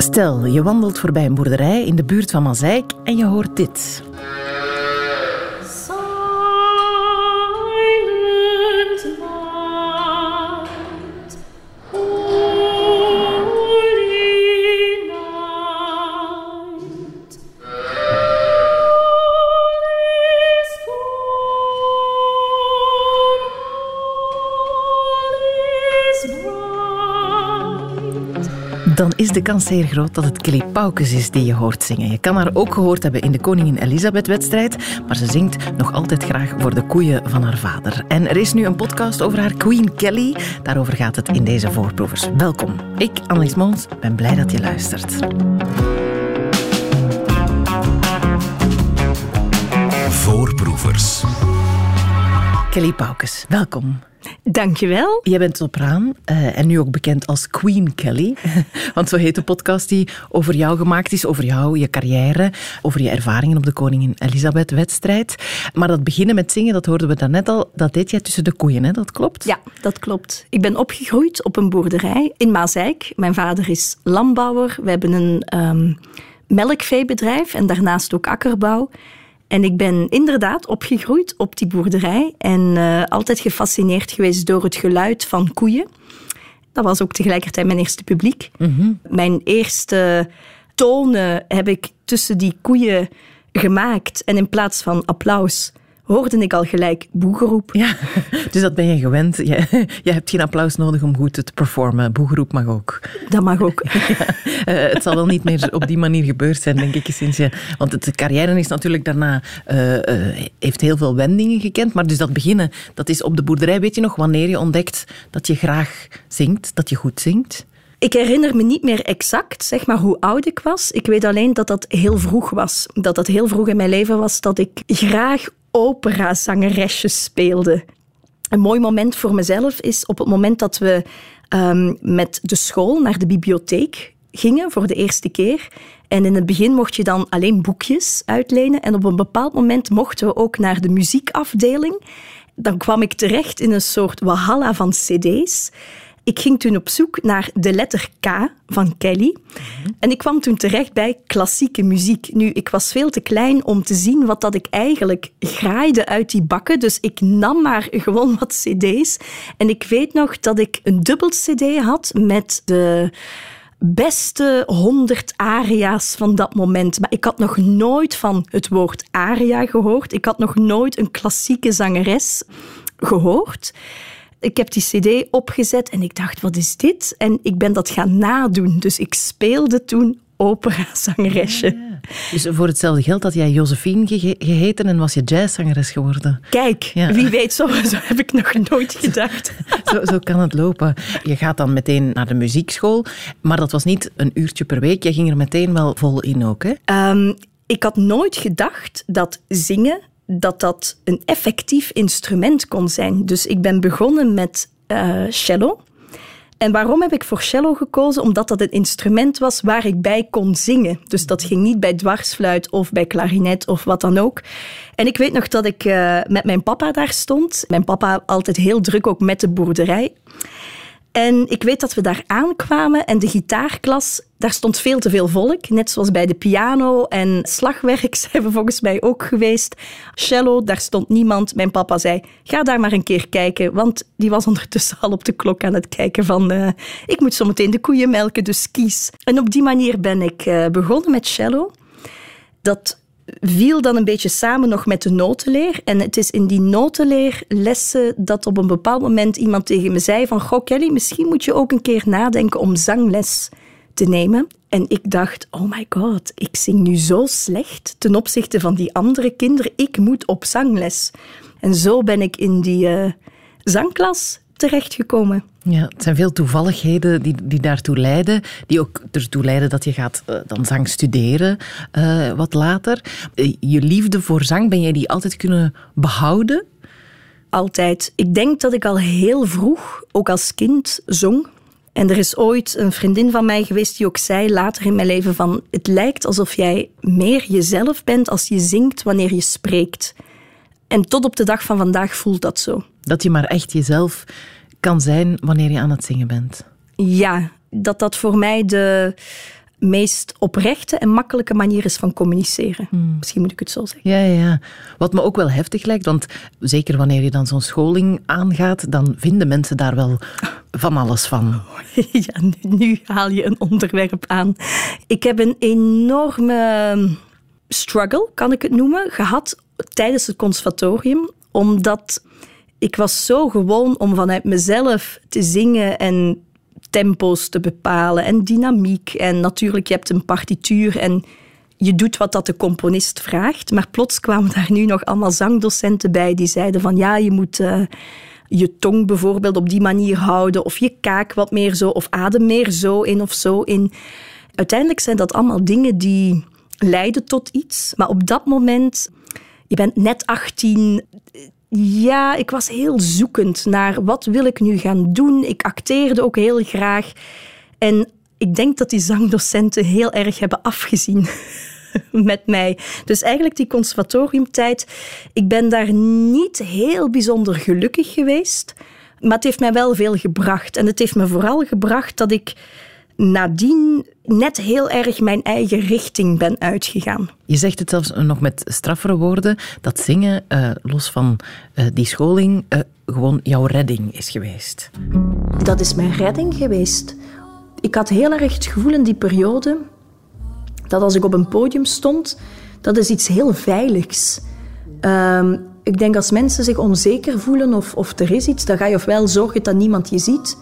Stel, je wandelt voorbij een boerderij in de buurt van Mazeik en je hoort dit. Dan is de kans zeer groot dat het Kelly Paukes is die je hoort zingen. Je kan haar ook gehoord hebben in de Koningin Elisabeth-wedstrijd, maar ze zingt nog altijd graag voor de koeien van haar vader. En er is nu een podcast over haar Queen Kelly. Daarover gaat het in deze Voorproevers. Welkom. Ik, Annelies Mons, ben blij dat je luistert. Voorproevers. Kelly Paukes, welkom. Dankjewel. Jij bent sopraan en nu ook bekend als Queen Kelly. Want zo heet de podcast die over jou gemaakt is, over jou, je carrière, over je ervaringen op de Koningin Elisabeth-wedstrijd. Maar dat beginnen met zingen, dat hoorden we daarnet al, dat deed jij tussen de koeien, hè? Dat klopt? Ja, dat klopt. Ik ben opgegroeid op een boerderij in Mazeik. Mijn vader is landbouwer. We hebben een melkveebedrijf en daarnaast ook akkerbouw. En ik ben inderdaad opgegroeid op die boerderij en altijd gefascineerd geweest door het geluid van koeien. Dat was ook tegelijkertijd mijn eerste publiek. Mm-hmm. Mijn eerste tonen heb ik tussen die koeien gemaakt en in plaats van applaus hoorde ik al gelijk boegeroep. Ja, dus dat ben je gewend. Je hebt geen applaus nodig om goed te performen. Boegeroep mag ook. Dat mag ook. Ja, het zal wel niet meer op die manier gebeurd zijn, denk ik. Sinds want de carrière is natuurlijk daarna heeft heel veel wendingen gekend. Maar dus dat beginnen, dat is op de boerderij. Weet je nog wanneer je ontdekt dat je graag zingt, dat je goed zingt? Ik herinner me niet meer exact, zeg maar, hoe oud ik was. Ik weet alleen dat dat heel vroeg was. Dat dat heel vroeg in mijn leven was dat ik graag operazangeresjes speelde. Een mooi moment voor mezelf is op het moment dat we met de school naar de bibliotheek gingen voor de eerste keer. En in het begin mocht je dan alleen boekjes uitlenen. En op een bepaald moment mochten we ook naar de muziekafdeling. Dan kwam ik terecht in een soort walhalla van cd's. Ik ging toen op zoek naar de letter K van Kelly. En ik kwam toen terecht bij klassieke muziek. Nu, ik was veel te klein om te zien wat dat ik eigenlijk graaide uit die bakken. Dus ik nam maar gewoon wat cd's. En ik weet nog dat ik een dubbel cd had met de beste 100 aria's van dat moment. Maar ik had nog nooit van het woord aria gehoord. Ik had nog nooit een klassieke zangeres gehoord. Ik heb die cd opgezet en ik dacht, wat is dit? En ik ben dat gaan nadoen. Dus ik speelde toen operazangeresje. Ja. Dus voor hetzelfde geld had jij Josephine geheten en was je jazzzangeres geworden. Kijk, ja. Wie weet, zo heb ik nog nooit gedacht. Zo kan het lopen. Je gaat dan meteen naar de muziekschool, maar dat was niet een uurtje per week. Je ging er meteen wel vol in ook, hè? Ik had nooit gedacht dat zingen dat een effectief instrument kon zijn. Dus ik ben begonnen met cello. En waarom heb ik voor cello gekozen? Omdat dat een instrument was waar ik bij kon zingen. Dus dat ging niet bij dwarsfluit of bij klarinet of wat dan ook. En ik weet nog dat ik met mijn papa daar stond. Mijn papa altijd heel druk ook met de boerderij. En ik weet dat we daar aankwamen en de gitaarklas, daar stond veel te veel volk. Net zoals bij de piano en slagwerk zijn we volgens mij ook geweest. Cello, daar stond niemand. Mijn papa zei, ga daar maar een keer kijken. Want die was ondertussen al op de klok aan het kijken van ik moet zo meteen de koeien melken, dus kies. En op die manier ben ik begonnen met cello. Dat viel dan een beetje samen nog met de notenleer. En het is in die notenleerlessen dat op een bepaald moment iemand tegen me zei van, goh Kelly, misschien moet je ook een keer nadenken om zangles te nemen. En ik dacht, oh my god, ik zing nu zo slecht ten opzichte van die andere kinderen. Ik moet op zangles. En zo ben ik in die zangklas terechtgekomen. Ja, het zijn veel toevalligheden die daartoe leiden, die ook ertoe leiden dat je gaat dan zang studeren wat later. Je liefde voor zang, ben jij die altijd kunnen behouden? Altijd. Ik denk dat ik al heel vroeg, ook als kind, zong. En er is ooit een vriendin van mij geweest die ook zei later in mijn leven van, het lijkt alsof jij meer jezelf bent als je zingt wanneer je spreekt. En tot op de dag van vandaag voelt dat zo. Dat je maar echt jezelf kan zijn wanneer je aan het zingen bent. Ja, dat voor mij meest oprechte en makkelijke manier is van communiceren. Misschien moet ik het zo zeggen. Ja. Wat me ook wel heftig lijkt, want zeker wanneer je dan zo'n scholing aangaat, dan vinden mensen daar wel van alles van. Ja, nu haal je een onderwerp aan. Ik heb een enorme struggle, kan ik het noemen, gehad tijdens het conservatorium, omdat ik was zo gewoon om vanuit mezelf te zingen en tempo's te bepalen en dynamiek. En natuurlijk, je hebt een partituur en je doet wat dat de componist vraagt. Maar plots kwamen daar nu nog allemaal zangdocenten bij die zeiden van ja, je moet je tong bijvoorbeeld op die manier houden of je kaak wat meer zo of adem meer zo in of zo in. Uiteindelijk zijn dat allemaal dingen die leiden tot iets. Maar op dat moment, je bent net 18... Ja, ik was heel zoekend naar wat wil ik nu gaan doen. Ik acteerde ook heel graag. En ik denk dat die zangdocenten heel erg hebben afgezien met mij. Dus eigenlijk die conservatoriumtijd, ik ben daar niet heel bijzonder gelukkig geweest. Maar het heeft mij wel veel gebracht. En het heeft me vooral gebracht dat ik nadien net heel erg mijn eigen richting ben uitgegaan. Je zegt het zelfs nog met straffere woorden, dat zingen, los van die scholing, gewoon jouw redding is geweest. Dat is mijn redding geweest. Ik had heel erg het gevoel in die periode dat als ik op een podium stond, dat is iets heel veiligs. Ik denk als mensen zich onzeker voelen of er is iets, dan ga je ofwel zorgen dat niemand je ziet.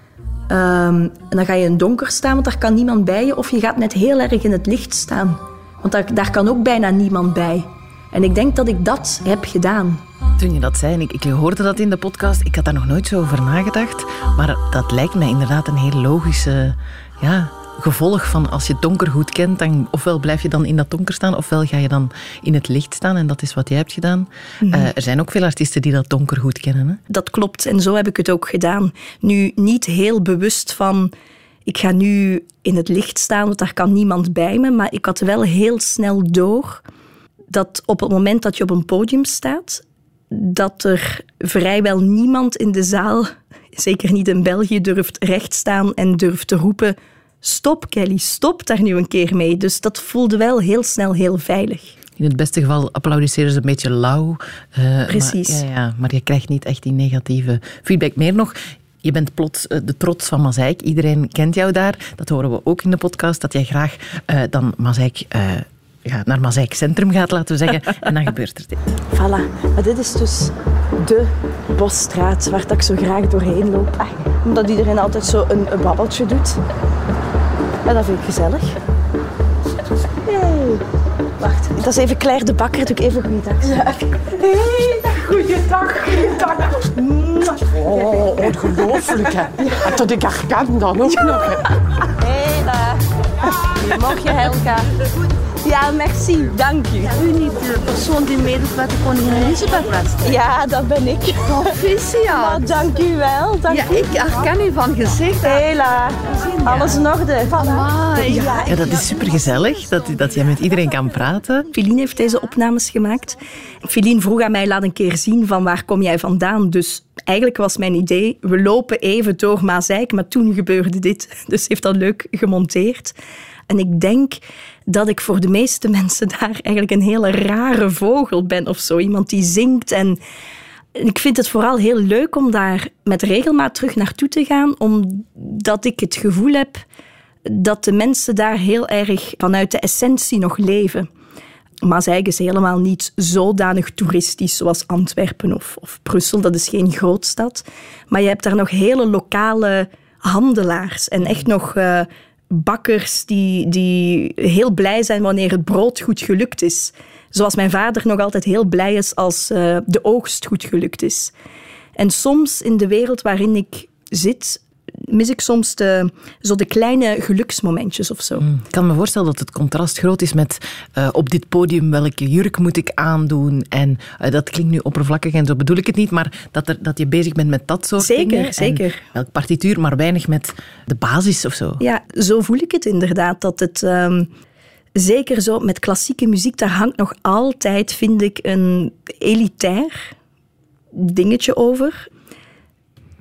En dan ga je in het donker staan, want daar kan niemand bij je. Of je gaat net heel erg in het licht staan. Want daar kan ook bijna niemand bij. En ik denk dat ik dat heb gedaan. Toen je dat zei, en ik hoorde dat in de podcast, ik had daar nog nooit zo over nagedacht. Maar dat lijkt mij inderdaad een heel logische gevolg van als je het donker goed kent, dan ofwel blijf je dan in dat donker staan, ofwel ga je dan in het licht staan. En dat is wat jij hebt gedaan. Er zijn ook veel artiesten die dat donker goed kennen. Hè? Dat klopt. En zo heb ik het ook gedaan. Nu, niet heel bewust van, ik ga nu in het licht staan, want daar kan niemand bij me. Maar ik had wel heel snel door dat op het moment dat je op een podium staat, dat er vrijwel niemand in de zaal, zeker niet in België, durft recht staan en durft te roepen: stop Kelly, stop daar nu een keer mee. Dus dat voelde wel heel snel heel veilig. In het beste geval applaudisseren ze een beetje lauw. Precies. Maar je krijgt niet echt die negatieve feedback meer nog. Je bent plots de trots van Mazeik. Iedereen kent jou daar. Dat horen we ook in de podcast, dat jij graag dan Mazeik naar Mazeik Centrum gaat, laten we zeggen. En dan gebeurt er dit. Voilà. Maar dit is dus de Bosstraat waar ik zo graag doorheen loop. Omdat iedereen altijd zo een babbeltje doet. En dat vind ik gezellig. Hey. Wacht, dat is even Claire de Bakker. Doe ik even goeiedag. Ja. Hey, goeiedag. Oh, ongelooflijk, hè. En tot ik herken dan ook nog. Hé, daar. Goedemorgen, Helga. Ja, merci. Dank u. U niet de persoon die meedoet met de koningin Elisabeth-wedstrijd? Ja, dat ben ik. Proficiat. Oh, dank u wel. Dank Ja, u. ik herken u van gezicht. Hela. Alles in orde. Amai. Ja, dat is supergezellig, dat jij met iedereen kan praten. Feline heeft deze opnames gemaakt. Feline vroeg aan mij, laat een keer zien van waar kom jij vandaan. Dus eigenlijk was mijn idee, we lopen even door Mazeik, maar toen gebeurde dit. Dus heeft dat leuk gemonteerd. En ik denk dat ik voor de meeste mensen daar eigenlijk een hele rare vogel ben of zo. Iemand die zingt. En ik vind het vooral heel leuk om daar met regelmaat terug naartoe te gaan, omdat ik het gevoel heb dat de mensen daar heel erg vanuit de essentie nog leven. Mazeik is helemaal niet zodanig toeristisch zoals Antwerpen of Brussel. Dat is geen grootstad. Maar je hebt daar nog hele lokale handelaars en echt nog bakkers die heel blij zijn wanneer het brood goed gelukt is. Zoals mijn vader nog altijd heel blij is als de oogst goed gelukt is. En soms in de wereld waarin ik zit, mis ik soms de kleine geluksmomentjes of zo. Ik kan me voorstellen dat het contrast groot is met op dit podium welke jurk moet ik aandoen. En dat klinkt nu oppervlakkig en zo bedoel ik het niet, maar dat je bezig bent met dat soort dingen. Zeker. En welk partituur, maar weinig met de basis of zo. Ja, zo voel ik het inderdaad. Dat het zeker zo met klassieke muziek, daar hangt nog altijd, vind ik, een elitair dingetje over.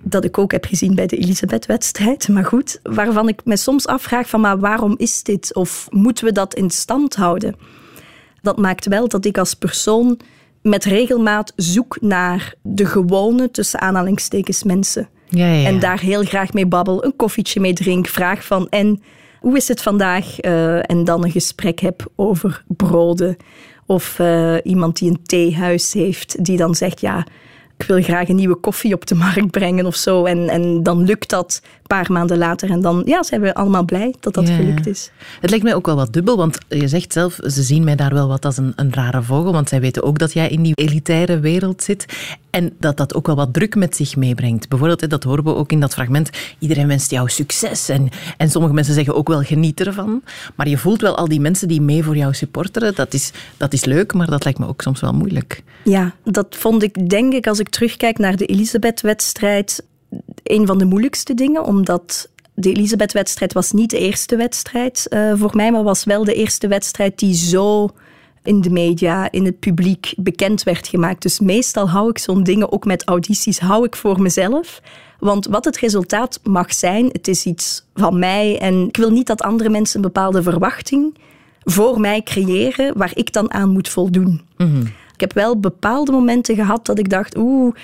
dat ik ook heb gezien bij de Elisabeth-wedstrijd. Maar goed, waarvan ik me soms afvraag van, maar waarom is dit? Of moeten we dat in stand houden? Dat maakt wel dat ik als persoon met regelmaat zoek naar de gewone, tussen aanhalingstekens, mensen. Ja. En daar heel graag mee babbel, een koffietje mee drink, vraag van, en hoe is het vandaag? En dan een gesprek heb over broden. Of iemand die een theehuis heeft, die dan zegt, ja, ik wil graag een nieuwe koffie op de markt brengen of zo. En dan lukt dat een paar maanden later. En dan zijn we allemaal blij dat dat gelukt is. Het lijkt mij ook wel wat dubbel, want je zegt zelf, ze zien mij daar wel wat als een rare vogel, want zij weten ook dat jij in die elitaire wereld zit. En dat ook wel wat druk met zich meebrengt. Bijvoorbeeld, dat horen we ook in dat fragment, iedereen wenst jou succes. En sommige mensen zeggen ook wel, geniet ervan. Maar je voelt wel al die mensen die mee voor jou supporteren. Dat is leuk, maar dat lijkt me ook soms wel moeilijk. Ja, dat vond ik, denk ik, als ik terugkijk naar de Elisabeth-wedstrijd, een van de moeilijkste dingen, omdat de Elisabeth-wedstrijd was niet de eerste wedstrijd voor mij, maar was wel de eerste wedstrijd die zo in de media, in het publiek bekend werd gemaakt. Dus meestal hou ik zo'n dingen, ook met audities, hou ik voor mezelf. Want wat het resultaat mag zijn, het is iets van mij. En ik wil niet dat andere mensen een bepaalde verwachting voor mij creëren, waar ik dan aan moet voldoen. Mm-hmm. Ik heb wel bepaalde momenten gehad dat ik dacht,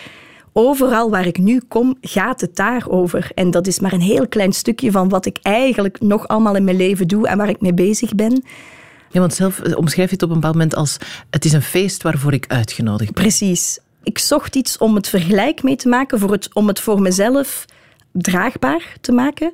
overal waar ik nu kom, gaat het daarover. En dat is maar een heel klein stukje van wat ik eigenlijk nog allemaal in mijn leven doe en waar ik mee bezig ben. Ja, want zelf omschrijf je het op een bepaald moment als, het is een feest waarvoor ik uitgenodigd ben. Precies. Ik zocht iets om het vergelijk mee te maken, om het voor mezelf draagbaar te maken.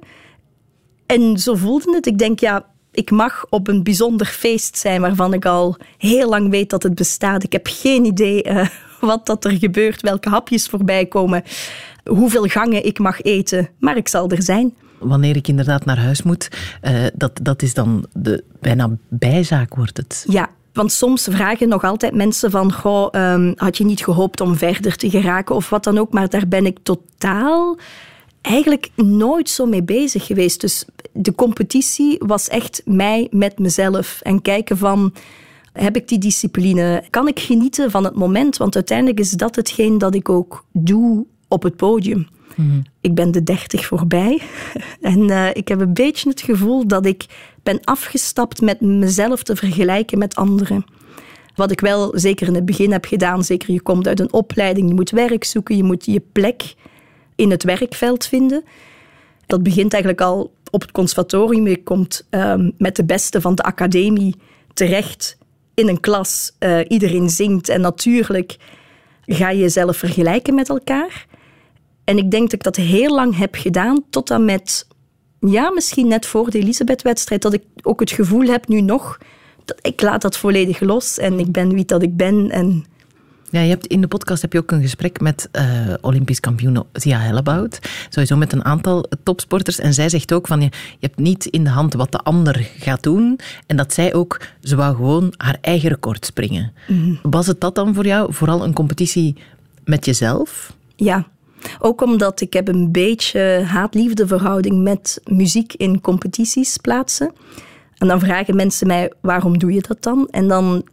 En zo voelde het. Ik denk, ik mag op een bijzonder feest zijn waarvan ik al heel lang weet dat het bestaat. Ik heb geen idee wat dat er gebeurt, welke hapjes voorbij komen, hoeveel gangen ik mag eten, maar ik zal er zijn. Wanneer ik inderdaad naar huis moet, dat is dan bijna bijzaak wordt het. Ja, want soms vragen nog altijd mensen van, had je niet gehoopt om verder te geraken of wat dan ook, maar daar ben ik totaal eigenlijk nooit zo mee bezig geweest. Dus de competitie was echt mij met mezelf en kijken van, heb ik die discipline? Kan ik genieten van het moment? Want uiteindelijk is dat hetgeen dat ik ook doe op het podium. Mm-hmm. Ik ben de 30 voorbij en ik heb een beetje het gevoel dat ik ben afgestapt met mezelf te vergelijken met anderen. Wat ik wel zeker in het begin heb gedaan, zeker je komt uit een opleiding, je moet werk zoeken, je moet je plek in het werkveld vinden. Dat begint eigenlijk al op het conservatorium. Je komt met de beste van de academie terecht in een klas. Iedereen zingt en natuurlijk ga je jezelf vergelijken met elkaar. En ik denk dat ik dat heel lang heb gedaan, tot aan met, misschien net voor de Elisabeth-wedstrijd, dat ik ook het gevoel heb nu nog, dat ik laat dat volledig los en ik ben wie dat ik ben. En ja, in de podcast heb je ook een gesprek met Olympisch kampioen Zia Helleboud. Sowieso met een aantal topsporters. En zij zegt ook van, je hebt niet in de hand wat de ander gaat doen. En dat zij ook, ze wou gewoon haar eigen record springen. Mm-hmm. Was het dat dan voor jou? Vooral een competitie met jezelf? Ja. Ook omdat ik heb een beetje haat-liefde verhouding met muziek in competities plaatsen. En dan vragen mensen mij, waarom doe je dat dan? En dan,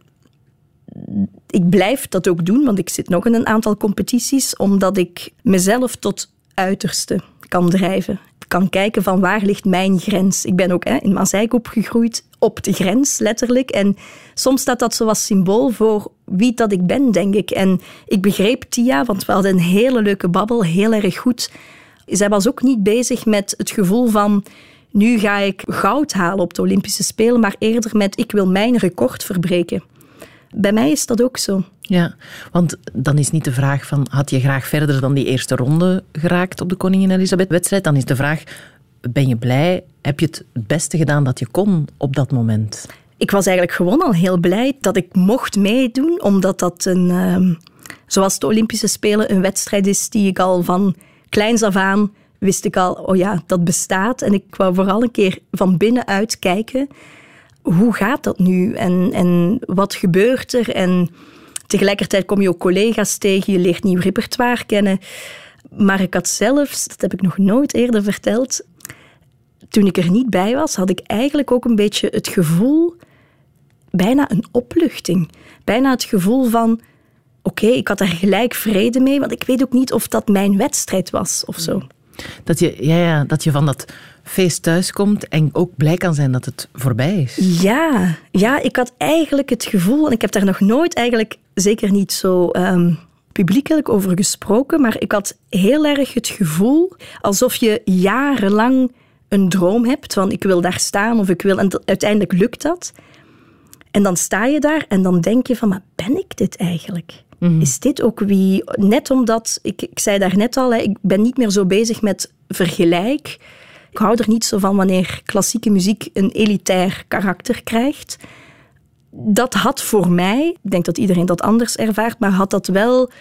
ik blijf dat ook doen, want ik zit nog in een aantal competities, omdat ik mezelf tot uiterste kan drijven. Ik kan kijken van waar ligt mijn grens. Ik ben ook in Maaseik opgegroeid, op de grens, letterlijk. En soms staat dat zo als symbool voor wie dat ik ben, denk ik. En ik begreep Tia, want we hadden een hele leuke babbel, heel erg goed. Zij was ook niet bezig met het gevoel van, nu ga ik goud halen op de Olympische Spelen, maar eerder met, ik wil mijn record verbreken. Bij mij is dat ook zo. Ja, want dan is niet de vraag van, had je graag verder dan die eerste ronde geraakt op de Koningin Elisabeth-wedstrijd? Dan is de vraag, ben je blij? Heb je het beste gedaan dat je kon op dat moment? Ik was eigenlijk gewoon al heel blij dat ik mocht meedoen, omdat dat zoals de Olympische Spelen, een wedstrijd is die ik al van kleins af aan wist ik al, dat bestaat. En ik wou vooral een keer van binnenuit kijken, hoe gaat dat nu? En wat gebeurt er? En tegelijkertijd kom je ook collega's tegen, je leert nieuw repertoire kennen. Maar ik had zelfs, dat heb ik nog nooit eerder verteld, toen ik er niet bij was, had ik eigenlijk ook een beetje het gevoel, bijna een opluchting. Bijna het gevoel van, oké, ik had daar gelijk vrede mee, want ik weet ook niet of dat mijn wedstrijd was of zo. Dat je van dat feest thuiskomt en ook blij kan zijn dat het voorbij is. Ja, ik had eigenlijk het gevoel, en ik heb daar nog nooit eigenlijk zeker niet zo publiekelijk over gesproken, maar ik had heel erg het gevoel alsof je jarenlang een droom hebt van ik wil daar staan of ik wil... En uiteindelijk lukt dat. En dan sta je daar en dan denk je van, maar ben ik dit eigenlijk? Mm-hmm. Is dit ook wie... Net omdat, ik zei daar net al, ik ben niet meer zo bezig met vergelijk. Ik hou er niet zo van wanneer klassieke muziek een elitair karakter krijgt. Dat had voor mij, ik denk dat iedereen dat anders ervaart, maar had dat wel...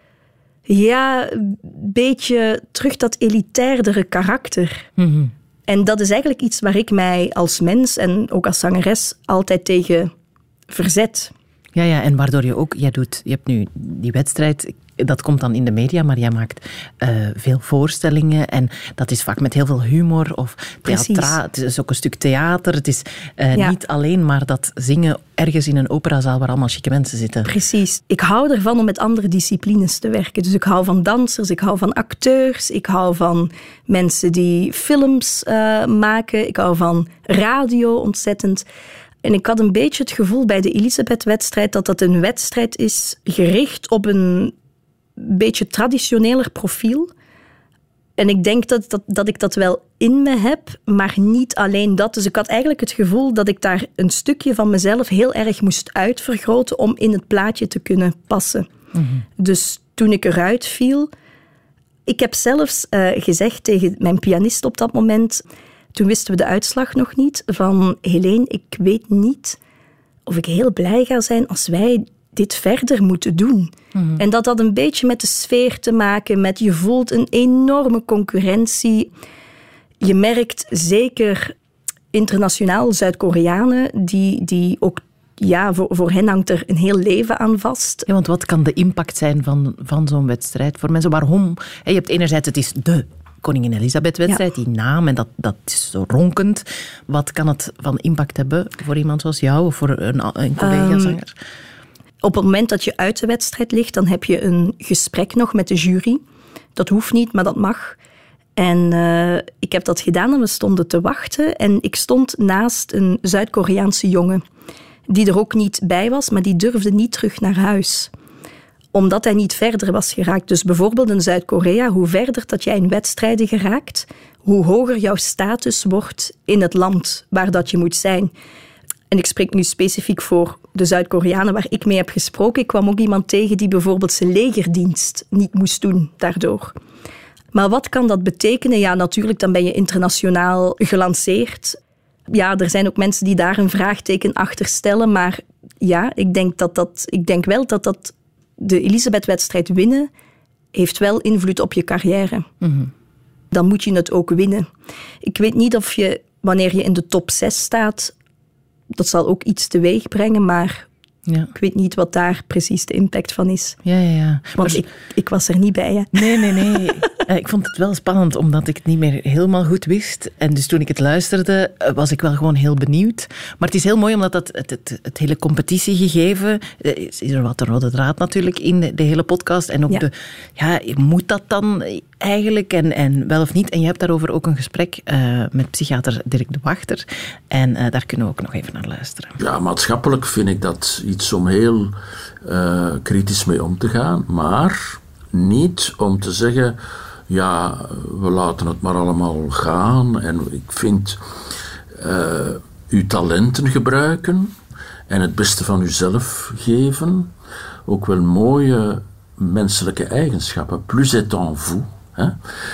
een beetje terug dat elitairdere karakter. Mm-hmm. En dat is eigenlijk iets waar ik mij als mens en ook als zangeres altijd tegen verzet. Ja, en waardoor je ook... Je hebt nu die wedstrijd, dat komt dan in de media, maar jij maakt veel voorstellingen en dat is vaak met heel veel humor of het is ook een stuk theater. Het is niet alleen maar dat zingen ergens in een operazaal waar allemaal chique mensen zitten. Precies. Ik hou ervan om met andere disciplines te werken. Dus ik hou van dansers, ik hou van acteurs, ik hou van mensen die films maken, ik hou van radio ontzettend. En ik had een beetje het gevoel bij de Elisabeth-wedstrijd dat een wedstrijd is gericht op een beetje traditioneler profiel. En ik denk dat ik dat wel in me heb, maar niet alleen dat. Dus ik had eigenlijk het gevoel dat ik daar een stukje van mezelf heel erg moest uitvergroten om in het plaatje te kunnen passen. Mm-hmm. Dus toen ik eruit viel... Ik heb zelfs gezegd tegen mijn pianist op dat moment... Toen wisten we de uitslag nog niet. Van Helene, ik weet niet of ik heel blij ga zijn als wij dit verder moeten doen. Mm-hmm. En dat had een beetje met de sfeer te maken. Met je voelt een enorme concurrentie. Je merkt zeker internationaal Zuid-Koreanen die ook... Ja, voor hen hangt er een heel leven aan vast. Ja, want wat kan de impact zijn van zo'n wedstrijd voor mensen? Waarom? Je hebt enerzijds, het is de Koningin Elisabeth-wedstrijd, die naam, en dat is zo ronkend. Wat kan het van impact hebben voor iemand zoals jou of voor een collega-zanger? Op het moment dat je uit de wedstrijd ligt, dan heb je een gesprek nog met de jury. Dat hoeft niet, maar dat mag. En ik heb dat gedaan en we stonden te wachten. En ik stond naast een Zuid-Koreaanse jongen, die er ook niet bij was, maar die durfde niet terug naar huis. Omdat hij niet verder was geraakt. Dus bijvoorbeeld in Zuid-Korea, hoe verder dat jij in wedstrijden geraakt, hoe hoger jouw status wordt in het land waar dat je moet zijn. En ik spreek nu specifiek voor de Zuid-Koreanen waar ik mee heb gesproken. Ik kwam ook iemand tegen die bijvoorbeeld zijn legerdienst niet moest doen daardoor. Maar wat kan dat betekenen? Ja, natuurlijk, dan ben je internationaal gelanceerd. Ja, er zijn ook mensen die daar een vraagteken achter stellen. Maar ja, ik denk wel dat de Elisabeth-wedstrijd winnen heeft wel invloed op je carrière. Mm-hmm. Dan moet je het ook winnen. Ik weet niet of je, wanneer je in de top 6 staat, dat zal ook iets teweeg brengen, maar ik weet niet wat daar precies de impact van is. Ja. Want ik was er niet bij. Hè. Nee. Ik vond het wel spannend, omdat ik het niet meer helemaal goed wist. En dus toen ik het luisterde, was ik wel gewoon heel benieuwd. Maar het is heel mooi, omdat het hele competitiegegeven... Is er wat een rode draad natuurlijk in de hele podcast. En ook moet dat dan eigenlijk en wel of niet? En je hebt daarover ook een gesprek met psychiater Dirk de Wachter. En daar kunnen we ook nog even naar luisteren. Ja, maatschappelijk vind ik dat iets om heel kritisch mee om te gaan. Maar niet om te zeggen... Ja, we laten het maar allemaal gaan. En ik vind uw talenten gebruiken en het beste van uzelf geven ook wel mooie menselijke eigenschappen. Plus est en vous. Hè?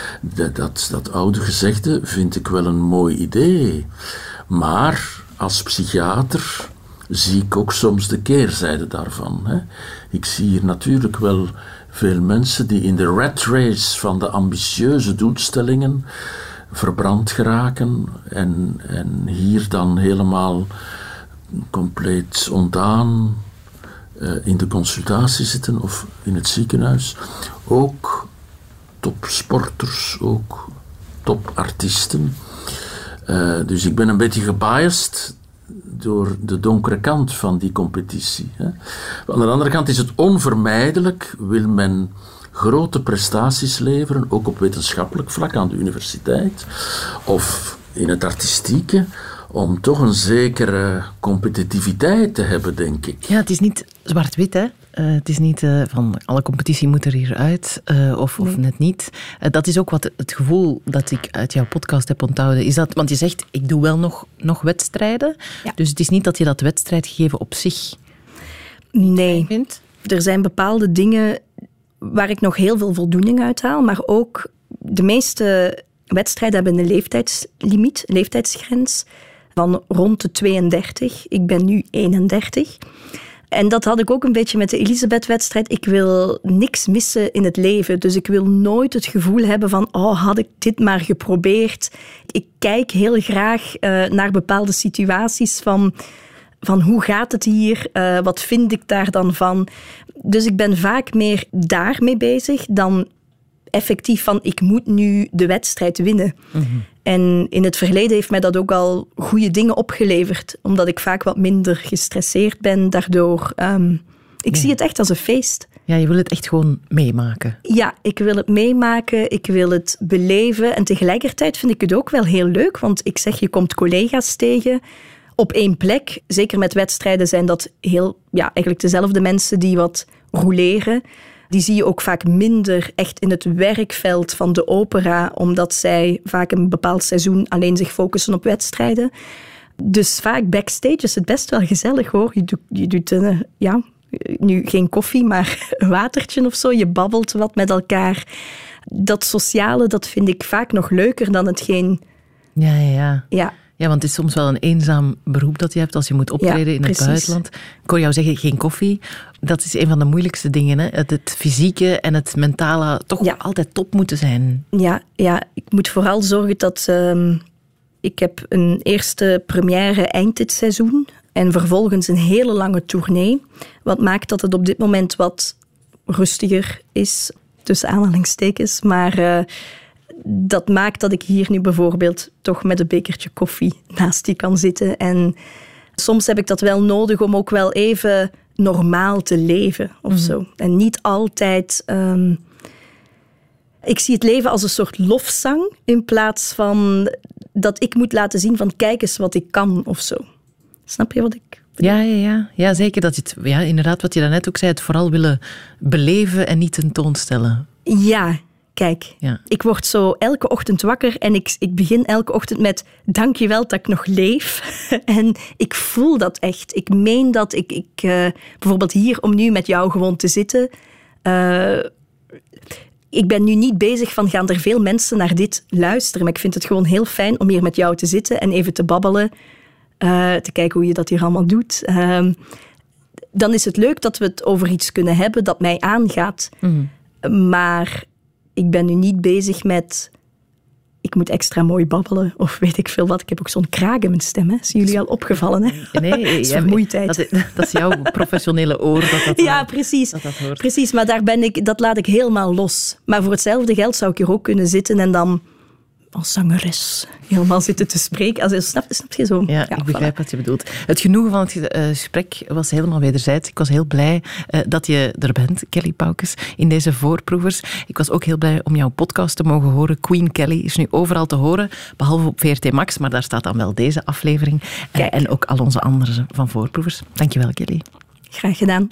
Dat oude gezegde vind ik wel een mooi idee. Maar als psychiater zie ik ook soms de keerzijde daarvan. Hè? Ik zie hier natuurlijk wel veel mensen die in de rat race van de ambitieuze doelstellingen verbrand geraken en hier dan helemaal compleet ontdaan in de consultatie zitten of in het ziekenhuis. Ook topsporters, ook topartiesten. Dus ik ben een beetje gebiased door de donkere kant van die competitie. Hè. Aan de andere kant is het onvermijdelijk, wil men grote prestaties leveren, ook op wetenschappelijk vlak aan de universiteit of in het artistieke, om toch een zekere competitiviteit te hebben, denk ik. Ja, het is niet zwart-wit, hè. Het is niet van alle competitie moet er hier uit of net niet. Dat is ook wat het gevoel dat ik uit jouw podcast heb onthouden. Is dat, want je zegt, ik doe wel nog wedstrijden. Ja. Dus het is niet dat je dat wedstrijdgegeven op zich vindt? Er zijn bepaalde dingen waar ik nog heel veel voldoening uit haal. Maar ook de meeste wedstrijden hebben een leeftijdslimiet, een leeftijdsgrens van rond de 32. Ik ben nu 31. En dat had ik ook een beetje met de Elisabeth-wedstrijd. Ik wil niks missen in het leven. Dus ik wil nooit het gevoel hebben van had ik dit maar geprobeerd. Ik kijk heel graag naar bepaalde situaties van hoe gaat het hier? Wat vind ik daar dan van? Dus ik ben vaak meer daarmee bezig dan effectief van ik moet nu de wedstrijd winnen. Mm-hmm. En in het verleden heeft mij dat ook al goede dingen opgeleverd, omdat ik vaak wat minder gestresseerd ben daardoor. Ik zie het echt als een feest. Ja, je wil het echt gewoon meemaken. Ja, ik wil het meemaken, ik wil het beleven. En tegelijkertijd vind ik het ook wel heel leuk, want ik zeg, je komt collega's tegen op één plek. Zeker met wedstrijden zijn dat eigenlijk dezelfde mensen die wat rouleren. Die zie je ook vaak minder echt in het werkveld van de opera, omdat zij vaak een bepaald seizoen alleen zich focussen op wedstrijden. Dus vaak backstage is het best wel gezellig, hoor. Je doet nu geen koffie, maar een watertje of zo. Je babbelt wat met elkaar. Dat sociale, dat vind ik vaak nog leuker dan hetgeen... Ja, want het is soms wel een eenzaam beroep dat je hebt als je moet optreden in het buitenland. Ik hoor jou zeggen, geen koffie. Dat is een van de moeilijkste dingen. Hè? Het fysieke en het mentale toch altijd top moeten zijn. Ja, ik moet vooral zorgen dat... ik heb een eerste première eind dit seizoen en vervolgens een hele lange tournee. Wat maakt dat het op dit moment wat rustiger is, tussen aanhalingstekens. Maar... dat maakt dat ik hier nu bijvoorbeeld toch met een bekertje koffie naast je kan zitten. En soms heb ik dat wel nodig om ook wel even normaal te leven of zo. En niet altijd... Ik zie het leven als een soort lofzang in plaats van dat ik moet laten zien van kijk eens wat ik kan of zo. Snap je wat ik... Ja, zeker. Dat je het, inderdaad, wat je daarnet ook zei, het vooral willen beleven en niet tentoonstellen. Ja, kijk, ik word zo elke ochtend wakker en ik begin elke ochtend met dankjewel dat ik nog leef. En ik voel dat echt. Ik meen dat. Bijvoorbeeld hier, om nu met jou gewoon te zitten. Ik ben nu niet bezig van gaan er veel mensen naar dit luisteren. Maar ik vind het gewoon heel fijn om hier met jou te zitten en even te babbelen. Te kijken hoe je dat hier allemaal doet. Dan is het leuk dat we het over iets kunnen hebben dat mij aangaat. Mm-hmm. Maar... ik ben nu niet bezig met... ik moet extra mooi babbelen of weet ik veel wat. Ik heb ook zo'n kraak in mijn stem. Hè. Is jullie al opgevallen? Hè? Nee. Dat is vermoeidheid. Dat is jouw professionele oor. Ja, precies. Dat hoort. Precies, maar dat laat ik helemaal los. Maar voor hetzelfde geld zou ik hier ook kunnen zitten en dan als zangeres helemaal zitten te spreken. Snap je zo? Ja, ik begrijp wat je bedoelt. Het genoegen van het gesprek was helemaal wederzijds. Ik was heel blij dat je er bent, Kelly Paukes, in deze voorproevers. Ik was ook heel blij om jouw podcast te mogen horen. Queen Kelly is nu overal te horen, behalve op VRT Max, maar daar staat dan wel deze aflevering. En ook al onze andere van voorproevers. Dankjewel, Kelly. Graag gedaan.